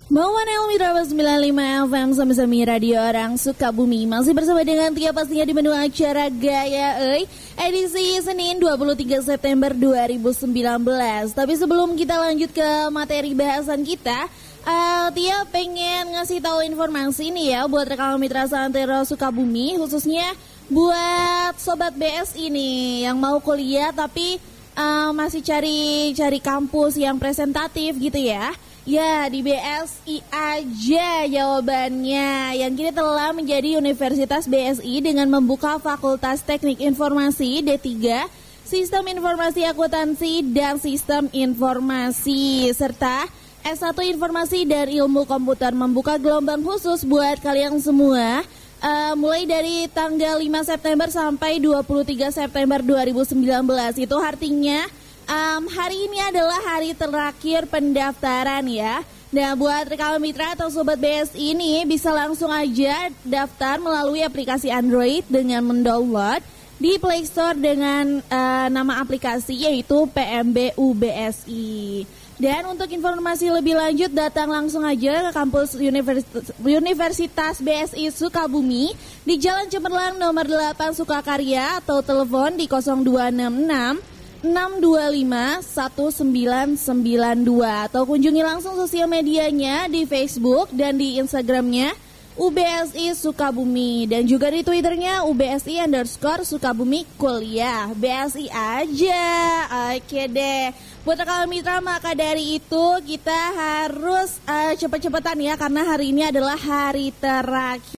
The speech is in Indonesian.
Mawanel Mitra 95 FM Sami-Sami Radio Orang Sukabumi. Masih bersama dengan Tia pastinya di menu acara Gaya Euy edisi Senin 23 September 2019. Tapi sebelum kita lanjut ke materi bahasan kita, Tia pengen ngasih tahu informasi nih ya buat rekan Mitra Santero Sukabumi, khususnya buat sobat BSI nih yang mau kuliah tapi masih cari kampus yang presentatif gitu ya. Ya, di BSI aja jawabannya. Yang kini telah menjadi Universitas BSI dengan membuka Fakultas Teknik Informasi D3, Sistem Informasi Akuntansi dan Sistem Informasi, serta S1 Informasi dan Ilmu Komputer, membuka gelombang khusus buat kalian semua. Mulai dari tanggal 5 September sampai 23 September 2019. Itu artinya hari ini adalah hari terakhir pendaftaran ya. Nah, buat rekan mitra atau sobat BSI ini bisa langsung aja daftar melalui aplikasi Android dengan mendownload di Play Store dengan nama aplikasi yaitu PMBU BSI. Dan untuk informasi lebih lanjut datang langsung aja ke kampus Universitas BSI Sukabumi di Jalan Cemerlang nomor 8 Sukakarya atau telepon di 0266 625 1992 atau kunjungi langsung sosial medianya di Facebook dan di Instagramnya UBSI Sukabumi dan juga di Twitternya UBSI_Sukabumi Kuliah. BSI aja. Oke deh. Buat rekan mitra, maka dari itu kita harus cepet-cepetan ya karena hari ini adalah hari terakhir.